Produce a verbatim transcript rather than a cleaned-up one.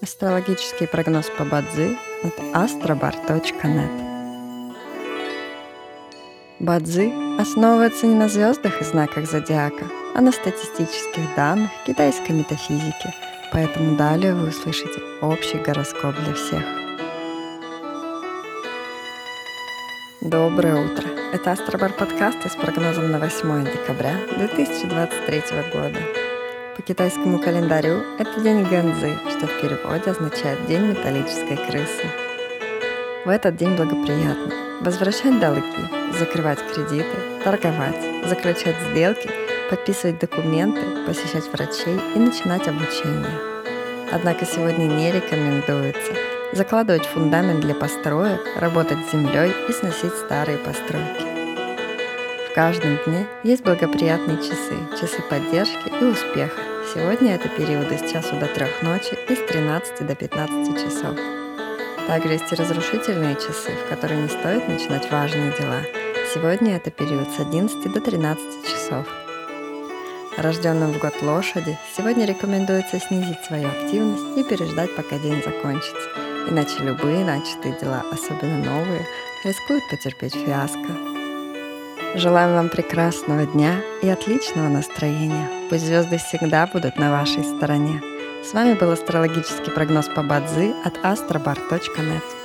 Астрологический прогноз по Бадзи от astrobar точка нет. Бадзи основывается не на звездах и знаках зодиака, а на статистических данных китайской метафизики, поэтому далее вы услышите общий гороскоп для всех. Доброе утро! Это Астробар подкасты с прогнозом на восьмое декабря две тысячи двадцать третьего года. По китайскому календарю это день Гэнзы, что в переводе означает «день металлической крысы». В этот день благоприятно возвращать долги, закрывать кредиты, торговать, заключать сделки, подписывать документы, посещать врачей и начинать обучение. Однако сегодня не рекомендуется закладывать фундамент для построек, работать с землей и сносить старые постройки. В каждом дне есть благоприятные часы, часы поддержки и успеха. Сегодня это периоды с часу до трех ночи и с тринадцати до пятнадцати часов. Также есть и разрушительные часы, в которые не стоит начинать важные дела. Сегодня это период с одиннадцати до тринадцати часов. Рожденным в год лошади сегодня рекомендуется снизить свою активность и переждать, пока день закончится. Иначе любые начатые дела, особенно новые, рискуют потерпеть фиаско. Желаем вам прекрасного дня и отличного настроения. Пусть звезды всегда будут на вашей стороне. С вами был астрологический прогноз по Бадзи от astrobar точка нет.